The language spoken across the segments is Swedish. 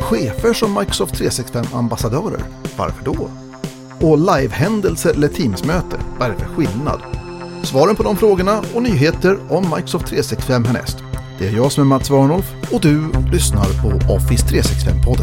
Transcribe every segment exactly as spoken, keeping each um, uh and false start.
chefer som Microsoft tre sextiofem-ambassadörer? Varför då? Och livehändelser eller teamsmöte? Vad är det för skillnad? Svaren på de frågorna och nyheter om Microsoft tre sextiofem härnäst. Det är jag som är Mats Warnolf och du lyssnar på Office tre sextiofem-podden.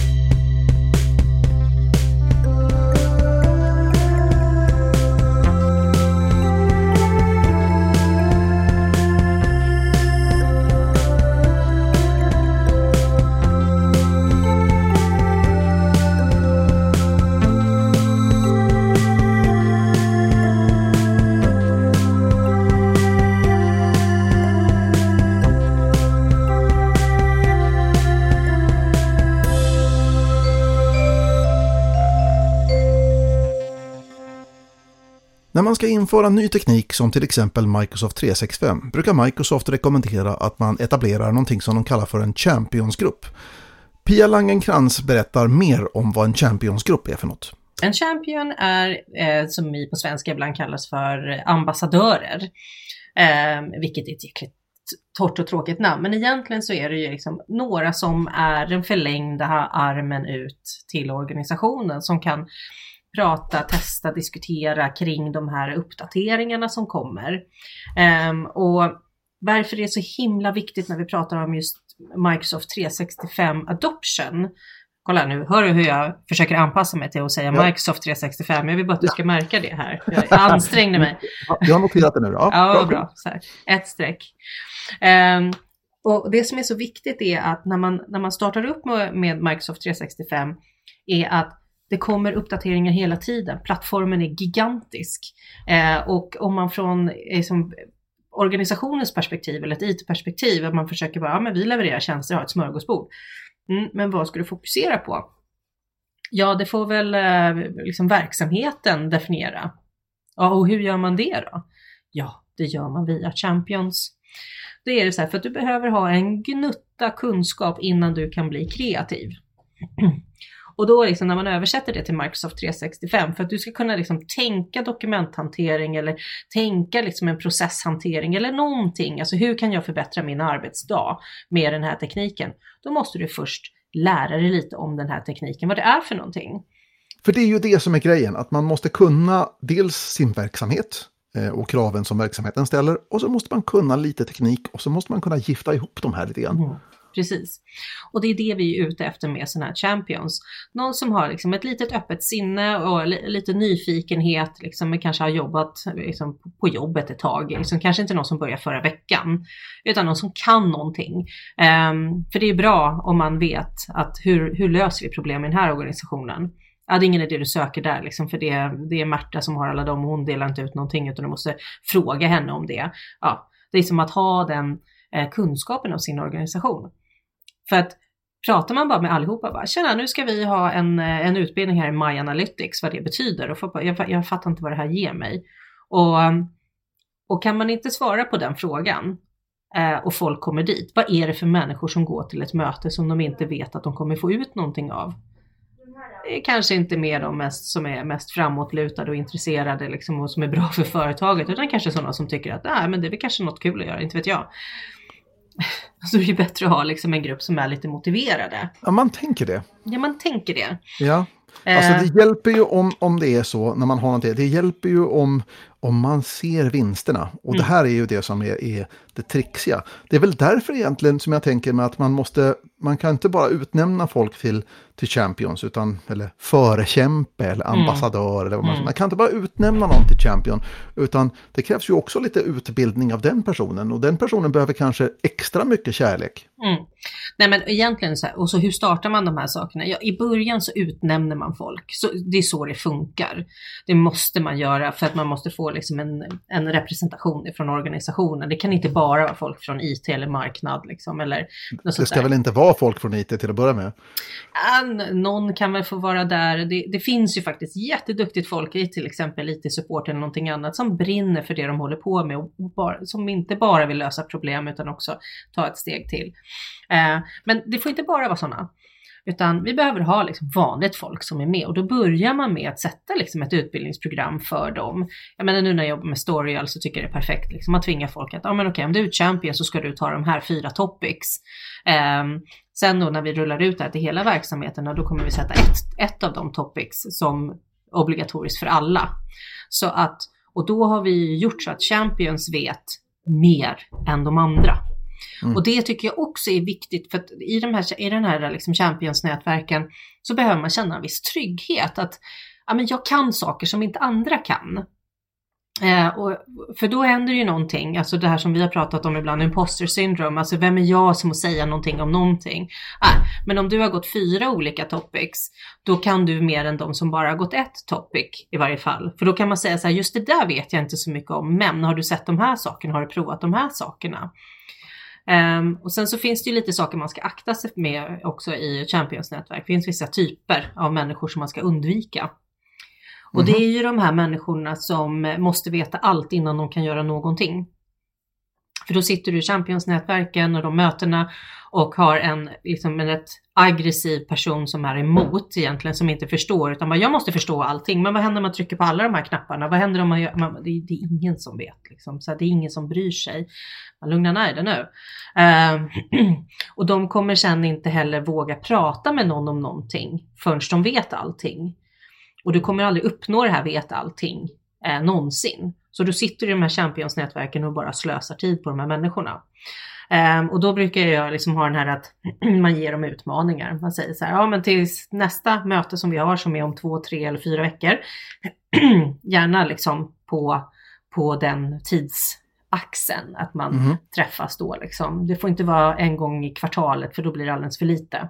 När man ska införa ny teknik som till exempel Microsoft tre sextiofem brukar Microsoft rekommendera att man etablerar någonting som de kallar för en Championsgrupp. Pia Langenkrans berättar mer om vad en Championsgrupp är för något. En champion är, eh, som vi på svenska ibland kallas för ambassadörer, eh, vilket är ett jäkligt torrt och tråkigt namn. Men egentligen så är det ju liksom några som är den förlängda armen ut till organisationen som kan prata, testa, diskutera kring de här uppdateringarna som kommer. Um, och varför det är så himla viktigt när vi pratar om just Microsoft tre sextiofem Adoption. Kolla nu, hör du hur jag försöker anpassa mig till att säga ja. Microsoft tre sextiofem? Jag vill bara att du ska märka det här. Jag ansträngde mig. Jag har noterat det nu. Ja, ja bra. bra. Så här. Ett streck. Um, och det som är så viktigt är att när man, när man startar upp med, med Microsoft tre sextiofem är att det kommer uppdateringar hela tiden. Plattformen är gigantisk. Eh, och om man från liksom, organisationens perspektiv eller ett I T-perspektiv, att man försöker bara, ja men vi levererar tjänster, har ett smörgåsbord. Mm, men vad ska du fokusera på? Ja, det får väl eh, liksom verksamheten definiera. Ja, och hur gör man det då? Ja, det gör man via Champions. Det är det så här, för att du behöver ha en gnutta kunskap innan du kan bli kreativ. Och då liksom när man översätter det till Microsoft tre sextiofem, för att du ska kunna liksom tänka dokumenthantering eller tänka liksom en processhantering eller någonting. Alltså hur kan jag förbättra min arbetsdag med den här tekniken? Då måste du först lära dig lite om den här tekniken, vad det är för någonting. För det är ju det som är grejen, att man måste kunna dels sin verksamhet och kraven som verksamheten ställer, och så måste man kunna lite teknik och så måste man kunna gifta ihop de här lite grann. Mm. Precis. Och det är det vi är ute efter med sådana här champions. Någon som har liksom ett litet öppet sinne och lite nyfikenhet, liksom, men kanske har jobbat liksom, på jobbet ett tag. Liksom, kanske inte någon som börjar förra veckan, utan någon som kan någonting. Um, för det är bra om man vet att hur, hur löser vi problem i den här organisationen. Ja, det är ingen idé du söker där, liksom, för det, det är Märta som har alla dem och hon delar inte ut någonting, utan du måste fråga henne om det. Ja, det är som att ha den eh, kunskapen om sin organisation. För att pratar man bara med allihopa, bara, tjena, nu ska vi ha en, en utbildning här i My Analytics, vad det betyder. Och för, jag, jag fattar inte vad det här ger mig. Och, och kan man inte svara på den frågan eh, och folk kommer dit, vad är det för människor som går till ett möte som de inte vet att de kommer få ut någonting av? Det är kanske inte mer de mest, som är mest framåtlutade och intresserade liksom, och som är bra för företaget, utan kanske sådana som tycker att nej, men det är väl kanske något kul att göra, inte vet jag. Så det är bättre att ha liksom en grupp som är lite motiverade. Ja, man tänker det. Ja, man tänker det. Ja, alltså det hjälper ju om, om det är så när man har någonting. Det hjälper ju om, om man ser vinsterna. Och mm. det här är ju det som är, är det trixiga. Det är väl därför egentligen som jag tänker med att man måste, man kan inte bara utnämna folk till, till champions, utan, eller förekämpe eller ambassadör. Mm. Eller vad man, mm. man kan inte bara utnämna någon till champion, utan det krävs ju också lite utbildning av den personen. Och den personen behöver kanske extra mycket kärlek. Mm. Nej, men egentligen så här, och så hur startar man de här sakerna? Ja, i början så utnämner man folk. Så det är så det funkar. Det måste man göra för att man måste få liksom en, en representation från organisationen. Det kan inte bara vara folk från I T eller marknad. Liksom, eller något det ska där. Väl inte vara folk från I T till att börja med? Ja, någon kan väl få vara där. Det, det finns ju faktiskt jätteduktigt folk i till exempel I T-support eller någonting annat som brinner för det de håller på med och bara, som inte bara vill lösa problem utan också ta ett steg till. Eh, men det får inte bara vara sådana. Utan vi behöver ha liksom vanligt folk som är med. Och då börjar man med att sätta liksom ett utbildningsprogram för dem. Jag menar nu när jag jobbar med Storyal så tycker jag det är perfekt. Liksom. Man tvingar folk att, ja men okej, om du är champion så ska du ta de här fyra topics. Um, sen då när vi rullar ut det här till hela verksamheten, då kommer vi sätta ett, ett av de topics som obligatoriskt för alla. Så att, och då har vi gjort så att champions vet mer än de andra. Mm. Och det tycker jag också är viktigt, för att i, de här, i den här liksom champions-nätverken så behöver man känna en viss trygghet. Att ja, men jag kan saker som inte andra kan. Eh, och, för då händer ju någonting, alltså det här som vi har pratat om ibland, imposter syndrome, alltså vem är jag som att säga någonting om någonting. Eh, men om du har gått fyra olika topics, då kan du mer än de som bara har gått ett topic i varje fall. För då kan man säga så här, just det där vet jag inte så mycket om, men har du sett de här sakerna, har du provat de här sakerna? Um, och sen så finns det ju lite saker man ska akta sig med också i Champions-nätverk. Det finns vissa typer av människor som man ska undvika. Och mm-hmm. det är ju de här människorna som måste veta allt innan de kan göra någonting. För då sitter du i Champions-nätverken och de mötena och har en, liksom en rätt aggressiv person som är emot egentligen, som inte förstår. Utan bara, jag måste förstå allting. Men vad händer om man trycker på alla de här knapparna? Vad händer om man gör? Man, det, det är ingen som vet. Liksom. Så det är ingen som bryr sig. Man lugnar ner det nu. Uh, och de kommer sen inte heller våga prata med någon om någonting förrän de vet allting. Och du kommer aldrig uppnå det här vet allting eh, någonsin. Så du sitter i de här champions-nätverken och bara slösar tid på de här människorna. Um, och då brukar jag liksom ha den här att man ger dem utmaningar. Man säger så här, ja men tills nästa möte som vi har som är om två, tre eller fyra veckor. Gärna liksom på, på den tidsaxeln att man mm. träffas då liksom. Det får inte vara en gång i kvartalet för då blir det alldeles för lite.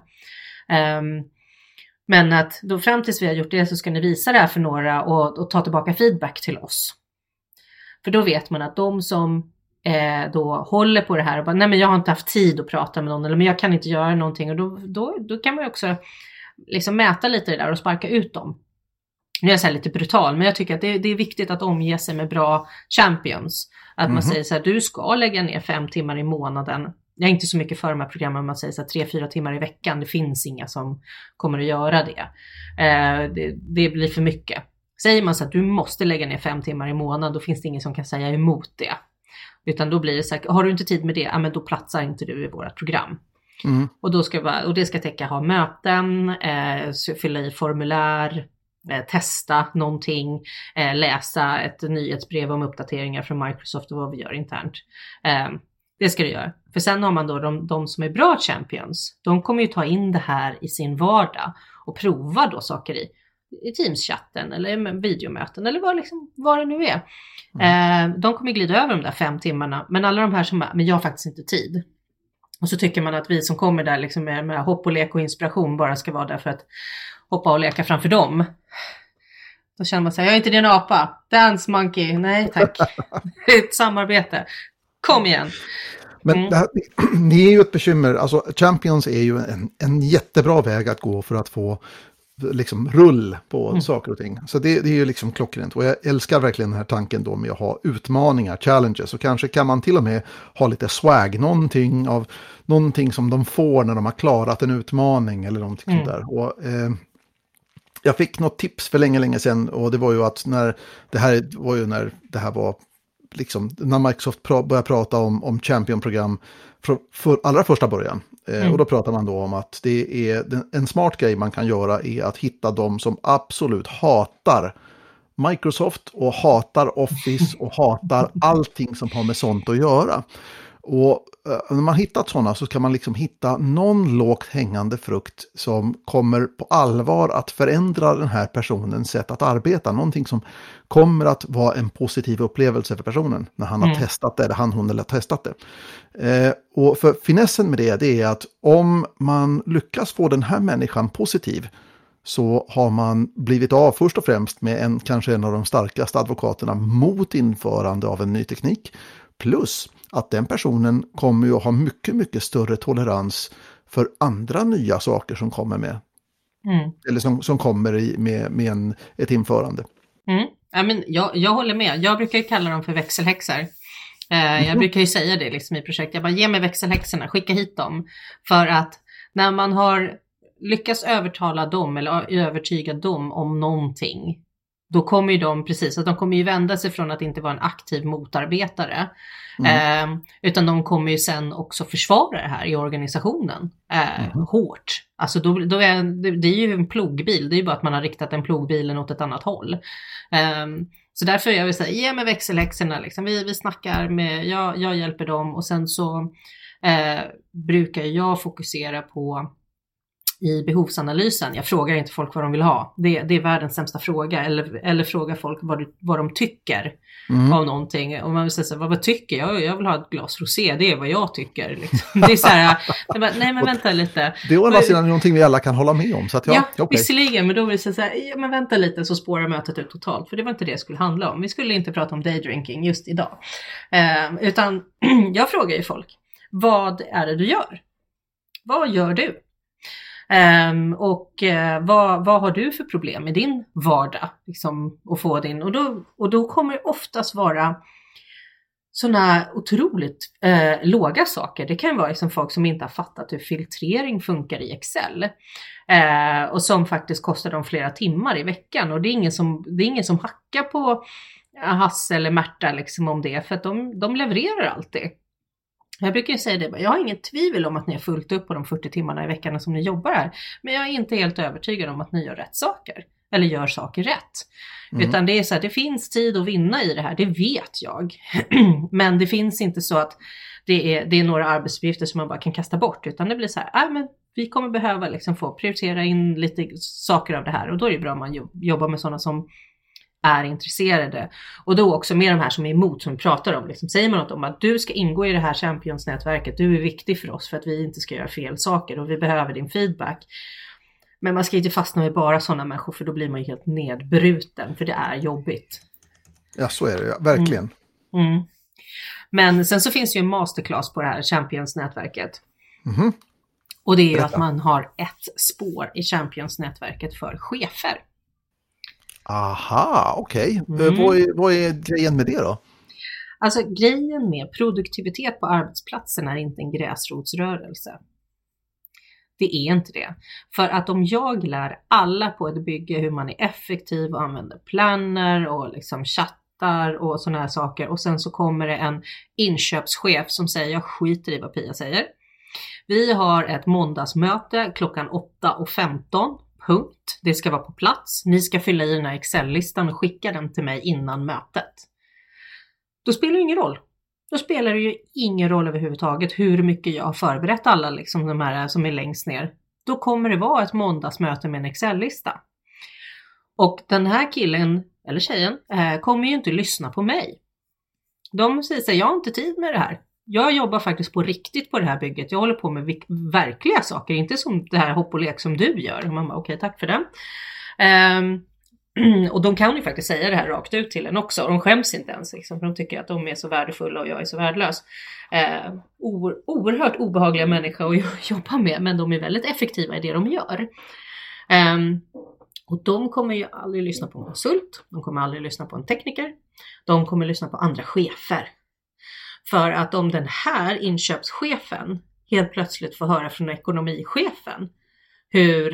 Um, men att då fram tills vi har gjort det så ska ni visa det här för några och, och ta tillbaka feedback till oss. För då vet man att de som eh, då håller på det här och bara, nej men jag har inte haft tid att prata med någon eller men jag kan inte göra någonting. Och då, då, då kan man ju också liksom mäta lite det där och sparka ut dem. Nu är jag så här lite brutal, men jag tycker att det, det är viktigt att omge sig med bra champions. Att mm-hmm. man säger så här, du ska lägga ner fem timmar i månaden. Jag är inte så mycket för de här programmen, man säger så här, tre, fyra timmar i veckan. Det finns inga som kommer att göra det. Eh, det, det blir för mycket. Säger man så att du måste lägga ner fem timmar i månaden, då finns det ingen som kan säga emot det. Utan då blir det så här, har du inte tid med det, ja, men då platsar inte du i vårt program. Mm. Och, då ska, och det ska täcka ha möten, eh, fylla i formulär, eh, testa någonting, eh, läsa ett nyhetsbrev om uppdateringar från Microsoft och vad vi gör internt. Eh, det ska du göra. För sen har man då de, de som är bra champions, de kommer ju ta in det här i sin vardag och prova då saker i. i Teams-chatten eller videomöten eller vad, liksom, vad det nu är. Mm. Eh, de kommer glida över de där fem timmarna. Men alla de här som är, men jag har faktiskt inte tid. Och så tycker man att vi som kommer där liksom med, med hopp och lek och inspiration bara ska vara där för att hoppa och leka framför dem. Då känner man sig, jag är inte din apa. Dance monkey, nej tack. Det är ett samarbete. Kom igen. Men mm. det, här, det är ju ett bekymmer. Alltså, Champions är ju en, en jättebra väg att gå för att få liksom rull på mm. saker och ting. Så det, det är ju liksom klockrent. Och jag älskar verkligen den här tanken då med att ha utmaningar, challenges. Och kanske kan man till och med ha lite swag, någonting av någonting som de får när de har klarat en utmaning eller någonting mm. sånt där. Och eh, jag fick något tips för länge, länge sedan och det var ju att när det här var ju när det här var liksom, när Microsoft pra- började prata om, om Champion-program för, för allra första början. Eh, mm. Och då pratar man då om att det är en smart grej man kan göra är att hitta de som absolut hatar Microsoft och hatar Office och hatar allting som har med sånt att göra. Och eh, när man hittat sådana så kan man liksom hitta någon lågt hängande frukt som kommer på allvar att förändra den här personens sätt att arbeta. Någonting som kommer att vara en positiv upplevelse för personen när han mm. har testat det, eller han, hon eller testat det. Eh, och för finessen med det, det är att om man lyckas få den här människan positiv så har man blivit av först och främst med en, kanske en av de starkaste advokaterna mot införande av en ny teknik. Plus att den personen kommer ju att ha mycket, mycket större tolerans för andra nya saker som kommer med. Mm. Eller som, som kommer i, med, med en, ett införande. Mm. Ja, men jag, jag håller med. Jag brukar ju kalla dem för växelhäxor. Eh, jag brukar ju säga det liksom i projekt. Jag bara, ge mig växelhäxorna, skicka hit dem. För att när man har lyckas övertala dem eller övertyga dem om någonting, då kommer ju de, precis, att de kommer ju vända sig från att inte vara en aktiv motarbetare. Mm. Eh, utan de kommer ju sen också försvara det här i organisationen eh, mm. hårt. Alltså då, då är, det, det är ju en plogbil, det är ju bara att man har riktat den plogbilen åt ett annat håll. Eh, så därför jag vill säga, ge mig växelhäxorna liksom. vi, vi snackar med, jag, jag hjälper dem, och sen så eh, brukar jag fokusera på i behovsanalysen. Jag frågar inte folk vad de vill ha. Det, det är världens sämsta fråga. Eller, eller fråga folk vad, vad de tycker mm. av någonting. Och man vill säga så här, vad, vad tycker jag? Jag vill ha ett glas rosé. Det är vad jag tycker. Liksom. Det är så här, det bara, nej men vänta lite. Det är å andra sidan någonting vi alla kan hålla med om. Så att ja, ja okay. Visserligen, men då vill jag säga så här, ja men vänta lite, så spårar mötet ut totalt. För det var inte det det skulle handla om. Vi skulle inte prata om daydrinking just idag. Eh, utan jag frågar ju folk, vad är det du gör? Vad gör du? Um, och uh, vad, vad har du för problem i din vardag liksom, att få din, och då, och då kommer det oftast vara sådana otroligt uh, låga saker. Det kan vara liksom folk som inte har fattat hur filtrering funkar i Excel uh, och som faktiskt kostar dem flera timmar i veckan, och det är ingen som, det är ingen som hackar på Hasse eller Märta liksom om det, för att de, de levererar alltid. Jag brukar ju säga det, jag har ingen tvivel om att ni har fullt upp på de fyrtio timmarna i veckan som ni jobbar här. Men jag är inte helt övertygad om att ni gör rätt saker. Eller gör saker rätt. Mm. Utan det är så att det finns tid att vinna i det här, det vet jag. Men det finns inte så att det är, det är några arbetsuppgifter som man bara kan kasta bort. Utan det blir så här, äh, men vi kommer behöva liksom få prioritera in lite saker av det här. Och då är det bra om man jobbar med sådana som är intresserade. Och då också med de här som är emot, som vi pratar om. Liksom, säger man något om att du ska ingå i det här Champions-nätverket. Du är viktig för oss för att vi inte ska göra fel saker. Och vi behöver din feedback. Men man ska inte fastna med bara sådana människor. För då blir man ju helt nedbruten. För det är jobbigt. Ja, så är det. Ja. Verkligen. Mm. Mm. Men sen så finns det ju en masterclass på det här Champions-nätverket. Mm. Och det är ju Berätta. Att man har ett spår i Champions-nätverket för chefer. Aha, okej. Okay. Mm. Vad, är, vad är grejen med det då? Alltså grejen med produktivitet på arbetsplatsen är inte en gräsrotsrörelse. Det är inte det. För att om jag lär alla på ett bygge hur man är effektiv och använder planner och liksom chattar och sådana här saker. Och sen så kommer det en inköpschef som säger, jag skiter i vad Pia säger. Vi har ett måndagsmöte klockan åtta och femton. Punkt. Det ska vara på plats. Ni ska fylla i den här Excel-listan och skicka den till mig innan mötet. Då spelar det ingen roll. Då spelar det ju ingen roll överhuvudtaget hur mycket jag har förberett alla liksom, de här som är längst ner. Då kommer det vara ett måndagsmöte med en Excel-lista. Och den här killen, eller tjejen, eh, kommer ju inte lyssna på mig. De säger så här, jag har inte tid med det här. Jag jobbar faktiskt på riktigt på det här bygget. Jag håller på med verkliga saker. Inte som det här hopp och lek som du gör. Och man bara, okej, okay, tack för det. Um, och de kan ju faktiskt säga det här rakt ut till en också. Och de skäms inte ens. Liksom, för de tycker att de är så värdefulla och jag är så värdelös. Uh, o- oerhört obehagliga människor att jobba med. Men de är väldigt effektiva i det de gör. Um, och de kommer ju aldrig lyssna på en konsult. De kommer aldrig lyssna på en tekniker. De kommer lyssna på andra chefer. För att om den här inköpschefen helt plötsligt får höra från ekonomichefen hur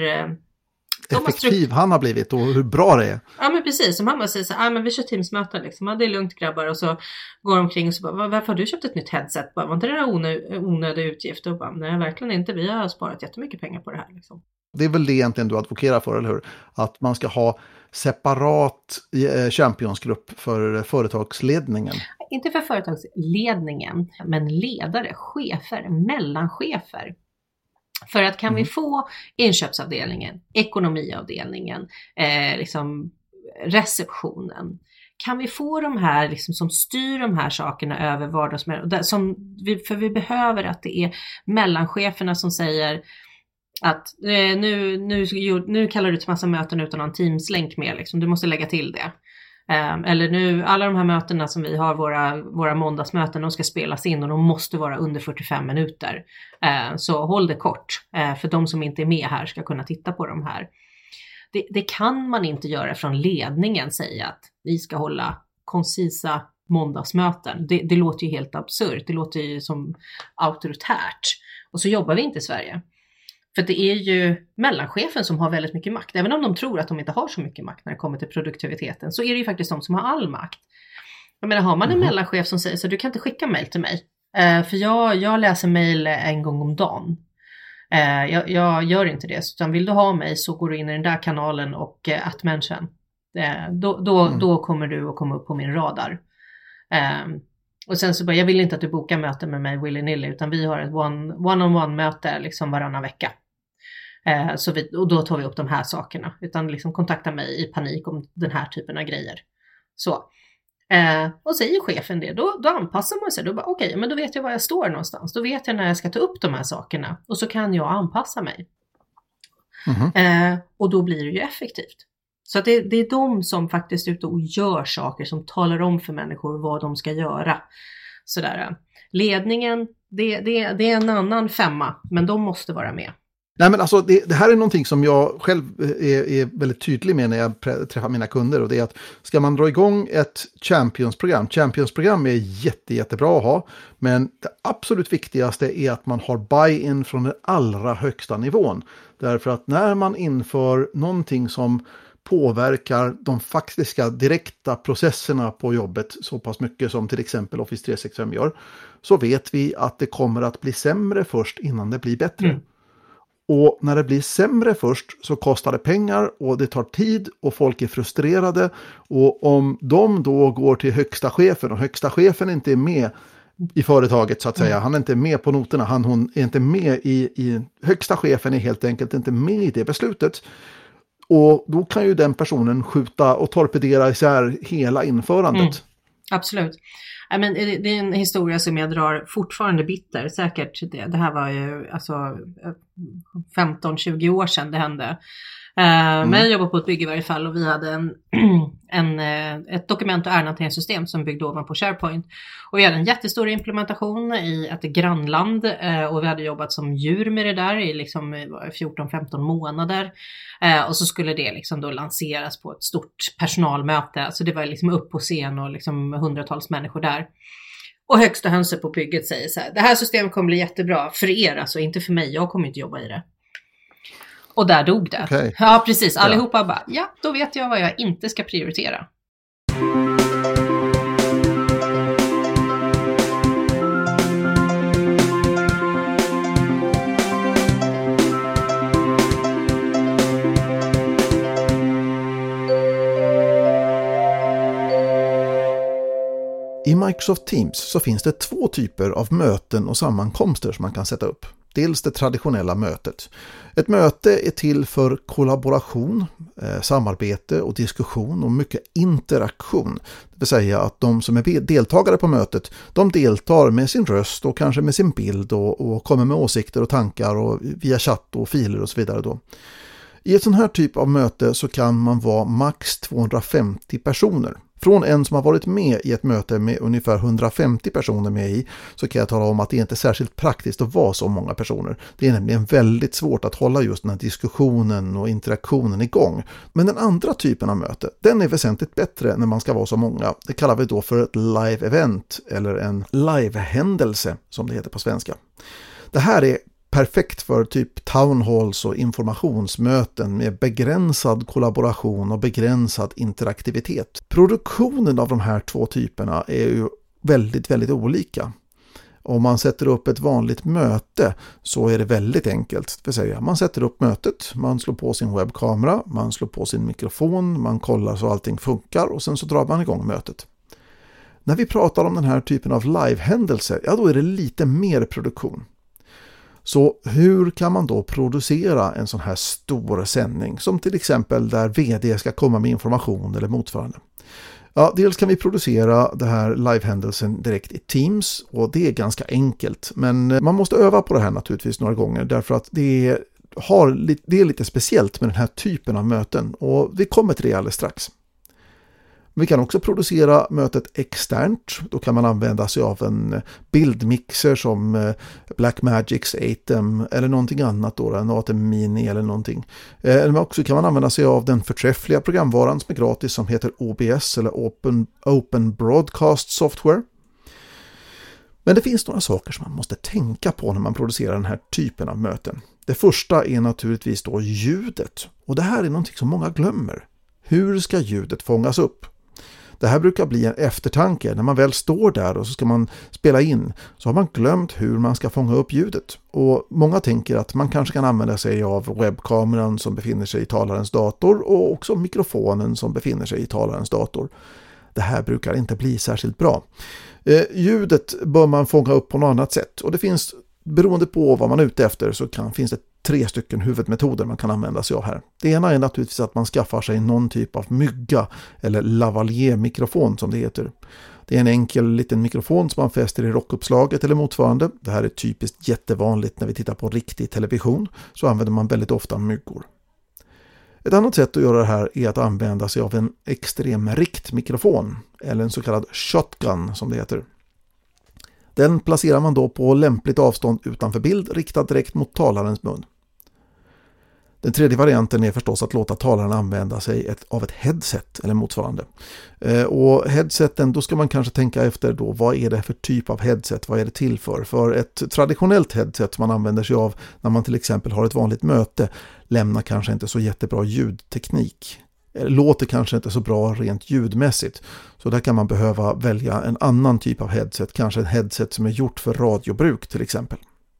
effektiv har han har blivit och hur bra det är. Ja men precis, som han bara säger så här, ah, men vi kör teamsmöten liksom, ja, det är lugnt grabbar, och så går de omkring och så bara, varför har du köpt ett nytt headset? Bara, var inte det där onö- onödiga utgifter? Och bara, nej verkligen inte, vi har sparat jättemycket pengar på det här liksom. Det är väl det egentligen du advokerar för, eller hur? Att man ska ha separat championsgrupp för företagsledningen. Inte för företagsledningen, men ledare, chefer, mellanchefer. För att kan mm. vi få inköpsavdelningen, ekonomiavdelningen, eh, liksom receptionen. Kan vi få de här liksom, som styr de här sakerna över vardagsmöten? För vi behöver att det är mellancheferna som säger att eh, nu, nu, nu kallar du till massa möten utan någon Teams-länk med. Liksom. Du måste lägga till det. Um, eller nu, alla de här mötena som vi har, våra, våra måndagsmöten, de ska spelas in och de måste vara under fyrtiofem minuter. Uh, så håll det kort. Uh, för de som inte är med här ska kunna titta på de här. Det, det kan man inte göra från ledningen, säga att vi ska hålla koncisa måndagsmöten. Det, det låter ju helt absurt. Det låter ju som auktoritärt. Och så jobbar vi inte i Sverige. För det är ju mellanchefen som har väldigt mycket makt. Även om de tror att de inte har så mycket makt när det kommer till produktiviteten, så är det ju faktiskt de som har all makt. Jag menar, har man en mm. mellanchef som säger så, du kan inte skicka mejl till mig. Eh, för jag, jag läser mejl en gång om dagen. Eh, jag, jag gör inte det. Utan vill du ha mig så går du in i den där kanalen och eh, att mention. Eh, då, då, mm. då kommer du att komma upp på min radar. Eh, och sen så bara, jag vill inte att du bokar möte med mig willy-nilly, utan vi har ett one, one-on-one möte liksom varannan vecka. Eh, så vi, och då tar vi upp de här sakerna. Utan liksom kontakta mig i panik om den här typen av grejer. Så. Eh, och säger chefen det, då, då anpassar man sig. Då bara, okej, okay, men då vet jag var jag står någonstans. Då vet jag när jag ska ta upp de här sakerna. Och så kan jag anpassa mig. Mm-hmm. Eh, och då blir det ju effektivt. Så att det, det är de som faktiskt är ute och gör saker, som talar om för människor vad de ska göra. Sådär. Ledningen, det, det, det är en annan femma, men de måste vara med. Nej, men alltså det, det här är någonting som jag själv är, är väldigt tydlig med när jag träffar mina kunder, och det är att ska man dra igång ett Champions-program, Champions-program är jätte, jättebra att ha, men det absolut viktigaste är att man har buy-in från den allra högsta nivån. Därför att när man inför någonting som påverkar de faktiska direkta processerna på jobbet så pass mycket som till exempel Office tre sextiofem gör, så vet vi att det kommer att bli sämre först innan det blir bättre. Mm. Och när det blir sämre först så kostar det pengar och det tar tid och folk är frustrerade. Och om de då går till högsta chefen och högsta chefen inte är med i företaget så att säga, mm. han är inte med på noterna, han hon är inte med i, i högsta chefen är helt enkelt inte med i det beslutet. Och då kan ju den personen skjuta och torpedera isär hela införandet. Mm. Absolut. I men, det är en historia som jag drar fortfarande bitter. Säkert, det, det här var ju alltså, femton tjugo år sedan det hände. Mm. Men jag jobbade på ett bygge i varje fall, och vi hade en, en, ett dokument- och ärendehanteringssystem som byggde ovanpå SharePoint. Och vi hade en jättestor implementation i ett grannland, och vi hade jobbat som djur med det där i liksom fjorton femton månader. Och så skulle det liksom då lanseras på ett stort personalmöte. Så det var liksom upp på scen och liksom hundratals människor där. Och högsta hönset på bygget säger så här: det här systemet kommer bli jättebra för er, alltså inte för mig, jag kommer inte jobba i det. Och där dog det. Okay. Ja, precis. Allihopa ja. bara, ja, då vet jag vad jag inte ska prioritera. I Microsoft Teams så finns det två typer av möten och sammankomster som man kan sätta upp. Dels det traditionella mötet. Ett möte är till för kollaboration, eh, samarbete och diskussion och mycket interaktion. Det vill säga att de som är deltagare på mötet, de deltar med sin röst och kanske med sin bild och, och kommer med åsikter och tankar och via chatt och filer och så vidare då. I ett sån här typ av möte så kan man vara max tvåhundrafemtio personer. Från en som har varit med i ett möte med ungefär hundrafemtio personer med i, så kan jag tala om att det inte är särskilt praktiskt att vara så många personer. Det är nämligen väldigt svårt att hålla just den här diskussionen och interaktionen igång. Men den andra typen av möte, den är väsentligt bättre när man ska vara så många. Det kallar vi då för ett live-event eller en live-händelse som det heter på svenska. Det här är perfekt för typ townhalls och informationsmöten med begränsad kollaboration och begränsad interaktivitet. Produktionen av de här två typerna är ju väldigt, väldigt olika. Om man sätter upp ett vanligt möte så är det väldigt enkelt. Det vill säga, man sätter upp mötet, man slår på sin webbkamera, man slår på sin mikrofon, man kollar så allting funkar och sen så drar man igång mötet. När vi pratar om den här typen av live-händelser, ja då är det lite mer produktion. Så hur kan man då producera en sån här stor sändning som till exempel där vd ska komma med information eller motsvarande? Ja, dels kan vi producera det här live-händelsen direkt i Teams och det är ganska enkelt. Men man måste öva på det här naturligtvis några gånger därför att det är, har, det är lite speciellt med den här typen av möten och vi kommer till det alldeles strax. Vi kan också producera mötet externt. Då kan man använda sig av en bildmixer som Blackmagic's Atem eller någonting annat då, en Atem Mini eller någonting. Eller också kan man använda sig av den förträffliga programvaran som är gratis som heter O B S eller Open, Open Broadcast Software. Men det finns några saker som man måste tänka på när man producerar den här typen av möten. Det första är naturligtvis då ljudet. Och det här är någonting som många glömmer. Hur ska ljudet fångas upp? Det här brukar bli en eftertanke. När man väl står där och så ska man spela in så har man glömt hur man ska fånga upp ljudet. Och många tänker att man kanske kan använda sig av webbkameran som befinner sig i talarens dator och också mikrofonen som befinner sig i talarens dator. Det här brukar inte bli särskilt bra. Eh, ljudet bör man fånga upp på något annat sätt. Och det finns, beroende på vad man är ute efter, så kan, finns det tre stycken huvudmetoder man kan använda sig av här. Det ena är naturligtvis att man skaffar sig någon typ av mygga eller lavalier-mikrofon som det heter. Det är en enkel liten mikrofon som man fäster i rockuppslaget eller motsvarande. Det här är typiskt jättevanligt när vi tittar på riktig television, så använder man väldigt ofta myggor. Ett annat sätt att göra det här är att använda sig av en extrem riktmikrofon eller en så kallad shotgun som det heter. Den placerar man då på lämpligt avstånd utanför bild, riktad direkt mot talarens mun. Den tredje varianten är förstås att låta talaren använda sig ett, av ett headset eller motsvarande. Eh, och headseten, då ska man kanske tänka efter då, vad är det för typ av headset, vad är det till för? För ett traditionellt headset som man använder sig av när man till exempel har ett vanligt möte lämnar kanske inte så jättebra ljudteknik. Låter kanske inte så bra rent ljudmässigt. Så där kan man behöva välja en annan typ av headset, kanske ett headset som är gjort för radiobruk till exempel.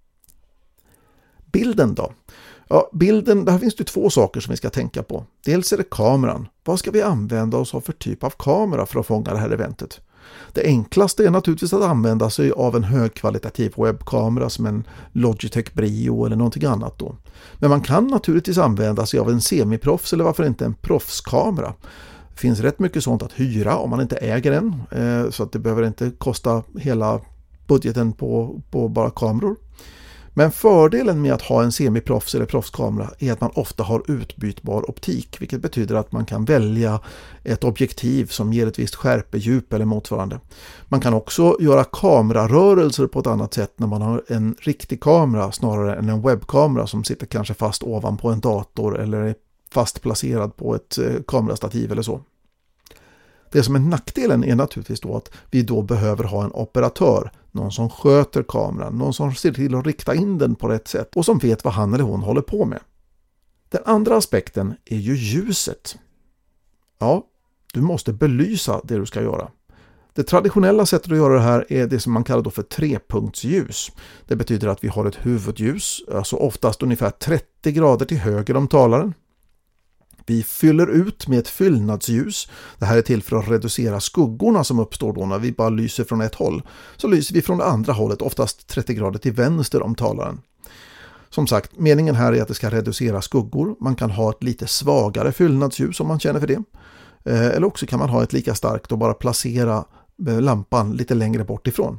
Bilden då? Ja, bilden, där finns det två saker som vi ska tänka på. Dels är det kameran. Vad ska vi använda oss av för typ av kamera för att fånga det här eventet? Det enklaste är naturligtvis att använda sig av en högkvalitativ webbkamera som en Logitech Brio eller någonting annat då. Men man kan naturligtvis använda sig av en semiproffs eller varför inte en proffskamera. Det finns rätt mycket sånt att hyra om man inte äger en, så att det behöver inte kosta hela budgeten på, på bara kameror. Men fördelen med att ha en semiproffs eller proffskamera är att man ofta har utbytbar optik, vilket betyder att man kan välja ett objektiv som ger ett visst skärpedjup eller motsvarande. Man kan också göra kamerarörelser på ett annat sätt när man har en riktig kamera snarare än en webbkamera som sitter kanske fast ovanpå en dator eller är fast placerad på ett kamerastativ eller så. Det som är nackdelen är naturligtvis då att vi då behöver ha en operatör, någon som sköter kameran, någon som ser till att rikta in den på rätt sätt och som vet vad han eller hon håller på med. Den andra aspekten är ju ljuset. Ja, du måste belysa det du ska göra. Det traditionella sättet att göra det här är det som man kallar då för trepunktsljus. Det betyder att vi har ett huvudljus, alltså oftast ungefär trettio grader till höger om talaren. Vi fyller ut med ett fyllnadsljus. Det här är till för att reducera skuggorna som uppstår då när vi bara lyser från ett håll. Så lyser vi från det andra hållet, oftast trettio grader till vänster om talaren. Som sagt, meningen här är att det ska reducera skuggor. Man kan ha ett lite svagare fyllnadsljus om man känner för det. Eller också kan man ha ett lika starkt och bara placera lampan lite längre bort ifrån.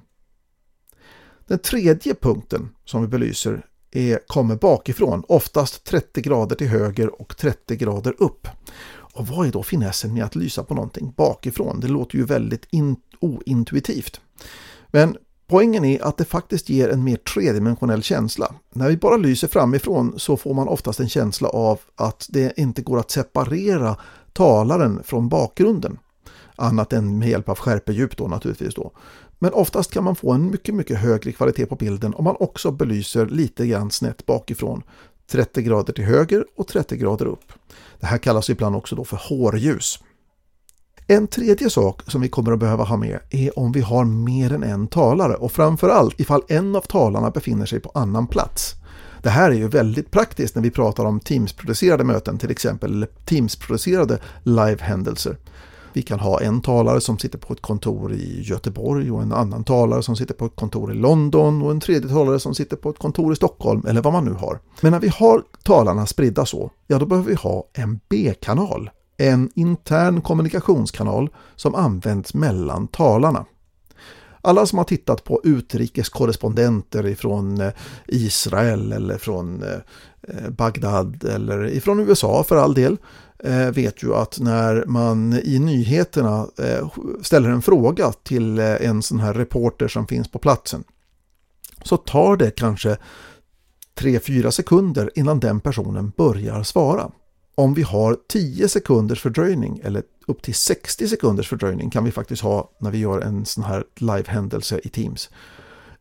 Den tredje punkten som vi belyser är, kommer bakifrån, oftast trettio grader till höger och trettio grader upp. Och vad är då finessen med att lysa på någonting bakifrån? Det låter ju väldigt in, ointuitivt. Men poängen är att det faktiskt ger en mer tredimensionell känsla. När vi bara lyser framifrån så får man oftast en känsla av att det inte går att separera talaren från bakgrunden. Annat än med hjälp av skärpedjup då naturligtvis då. Men oftast kan man få en mycket, mycket högre kvalitet på bilden om man också belyser lite grann snett bakifrån. trettio grader till höger och trettio grader upp. Det här kallas ibland också då för hårljus. En tredje sak som vi kommer att behöva ha med är om vi har mer än en talare och framförallt ifall en av talarna befinner sig på annan plats. Det här är ju väldigt praktiskt när vi pratar om Teams-producerade möten till exempel, eller Teams-producerade live-händelser. Vi kan ha en talare som sitter på ett kontor i Göteborg och en annan talare som sitter på ett kontor i London och en tredje talare som sitter på ett kontor i Stockholm eller vad man nu har. Men när vi har talarna spridda så, ja då behöver vi ha en B-kanal, en intern kommunikationskanal som används mellan talarna. Alla som har tittat på utrikeskorrespondenter ifrån Israel eller från Bagdad eller ifrån U S A för all del vet ju att när man i nyheterna ställer en fråga till en sån här reporter som finns på platsen så tar det kanske tre fyra sekunder innan den personen börjar svara. Om vi har tio sekunders fördröjning eller upp till sextio sekunders fördröjning kan vi faktiskt ha när vi gör en sån här live-händelse i Teams.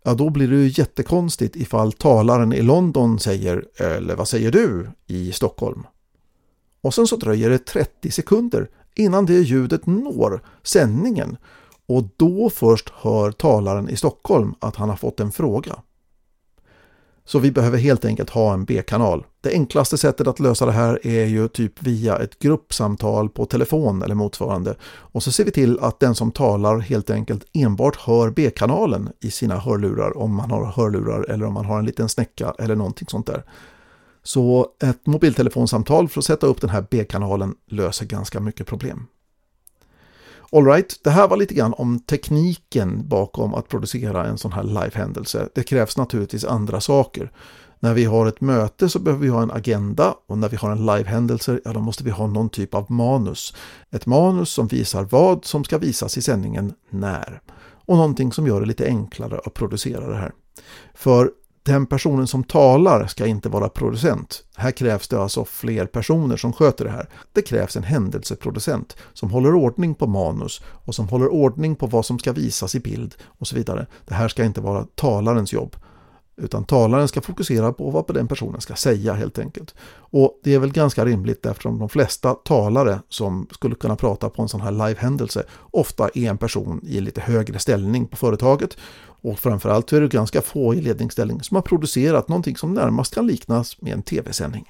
ja då blir det ju jättekonstigt ifall talaren i London säger eller vad säger du i Stockholm? Och sen så dröjer det trettio sekunder innan det ljudet når sändningen och då först hör talaren i Stockholm att han har fått en fråga. Så vi behöver helt enkelt ha en B-kanal. Det enklaste sättet att lösa det här är ju typ via ett gruppsamtal på telefon eller motsvarande. Och så ser vi till att den som talar helt enkelt enbart hör B-kanalen i sina hörlurar om man har hörlurar eller om man har en liten snäcka eller någonting sånt där. Så ett mobiltelefonsamtal för att sätta upp den här B-kanalen löser ganska mycket problem. All right, det här var lite grann om tekniken bakom att producera en sån här live-händelse. Det krävs naturligtvis andra saker. När vi har ett möte så behöver vi ha en agenda och när vi har en live-händelse, ja då måste vi ha någon typ av manus. Ett manus som visar vad som ska visas i sändningen när. Och någonting som gör det lite enklare att producera det här. För den personen som talar ska inte vara producent. Här krävs det alltså fler personer som sköter det här. Det krävs en händelseproducent som håller ordning på manus och som håller ordning på vad som ska visas i bild och så vidare. Det här ska inte vara talarens jobb. Utan talaren ska fokusera på vad den personen ska säga helt enkelt. Och det är väl ganska rimligt eftersom de flesta talare som skulle kunna prata på en sån här live-händelse ofta är en person i lite högre ställning på företaget. Och framförallt är det ganska få i ledningsställning som har producerat någonting som närmast kan liknas med en tv-sändning.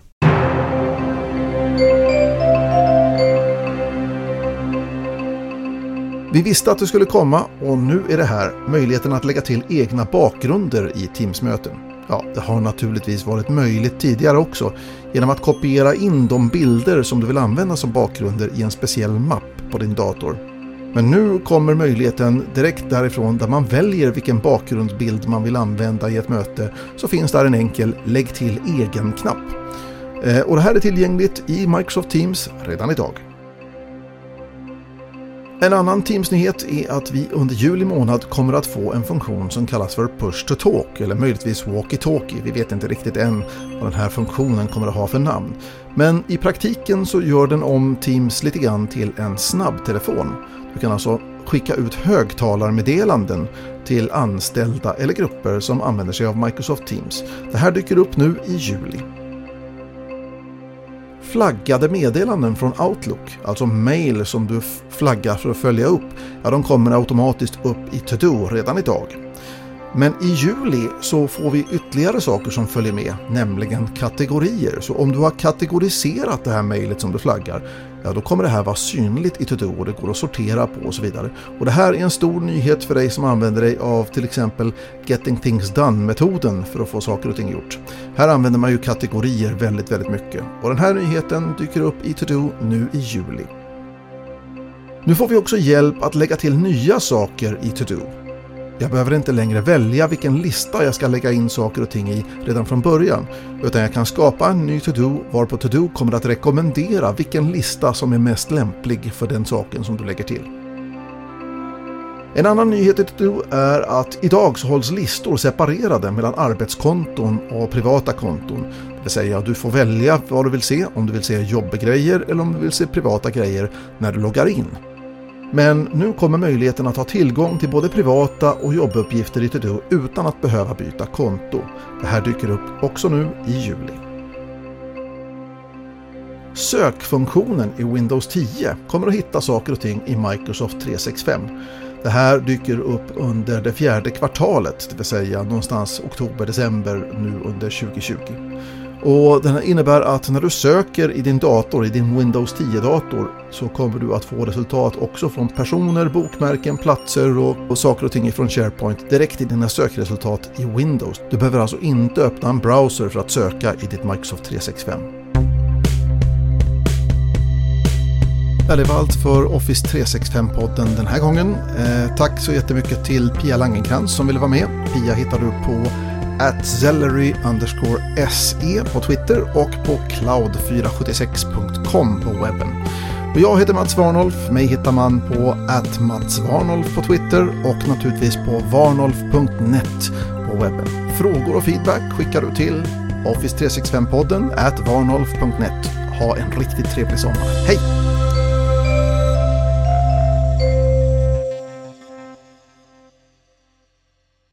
Vi visste att det skulle komma och nu är det här möjligheten att lägga till egna bakgrunder i Teams-möten. Ja, det har naturligtvis varit möjligt tidigare också genom att kopiera in de bilder som du vill använda som bakgrunder i en speciell mapp på din dator. Men nu kommer möjligheten direkt därifrån där man väljer vilken bakgrundsbild man vill använda i ett möte så finns där en enkel lägg till egen-knapp. Eh, och det här är tillgängligt i Microsoft Teams redan idag. En annan Teams-nyhet är att vi under juli månad kommer att få en funktion som kallas för Push to Talk eller möjligtvis Walkie-Talkie. Vi vet inte riktigt än vad den här funktionen kommer att ha för namn. Men i praktiken så gör den om Teams lite grann till en snabbtelefon. Du kan alltså skicka ut högtalarmeddelanden till anställda eller grupper som använder sig av Microsoft Teams. Det här dyker upp nu i juli. Flaggade meddelanden från Outlook, alltså mail som du flaggar för att följa upp, ja, de kommer automatiskt upp i To-Do redan idag. Men i juli så får vi ytterligare saker som följer med, nämligen kategorier. Så om du har kategoriserat det här mejlet som du flaggar, ja då kommer det här vara synligt i To-Do och det går att sortera på och så vidare. Och det här är en stor nyhet för dig som använder dig av till exempel Getting Things Done-metoden för att få saker och ting gjort. Här använder man ju kategorier väldigt, väldigt mycket. Och den här nyheten dyker upp i To-Do nu i juli. Nu får vi också hjälp att lägga till nya saker i To-Do. Jag behöver inte längre välja vilken lista jag ska lägga in saker och ting i redan från början, utan jag kan skapa en ny To-Do varpå To-Do kommer att rekommendera vilken lista som är mest lämplig för den saken som du lägger till. En annan nyhet i To-Do är att idag så hålls listor separerade mellan arbetskonton och privata konton. Det vill säga att du får välja vad du vill se, om du vill se jobbgrejer eller om du vill se privata grejer när du loggar in. Men nu kommer möjligheten att ha tillgång till både privata och jobbuppgifter i To-Do utan att behöva byta konto. Det här dyker upp också nu i juli. Sökfunktionen i Windows tio kommer att hitta saker och ting i Microsoft tre sextiofem. Det här dyker upp under det fjärde kvartalet, det vill säga någonstans oktober-december nu under tjugo tjugo. Och den innebär att när du söker i din dator, i din Windows tio-dator, så kommer du att få resultat också från personer, bokmärken, platser och, och saker och ting från SharePoint direkt i dina sökresultat i Windows. Du behöver alltså inte öppna en browser för att söka i ditt Microsoft tre sextiofem. Ja, det var allt för Office tre sextiofem-podden den här gången. Eh, tack så jättemycket till Pia Langenkrantz som ville vara med. Pia hittar du på at zellery underscore se på Twitter och på cloud fyra sjuttiosex punkt com på webben. Och jag heter Mats Warnolf. Mig hittar man på at Mats Warnolf på Twitter och naturligtvis på warnolf punkt net på webben. Frågor och feedback skickar du till Office tre sextiofem-podden at warnolf punkt net. Ha en riktigt trevlig sommar. Hej!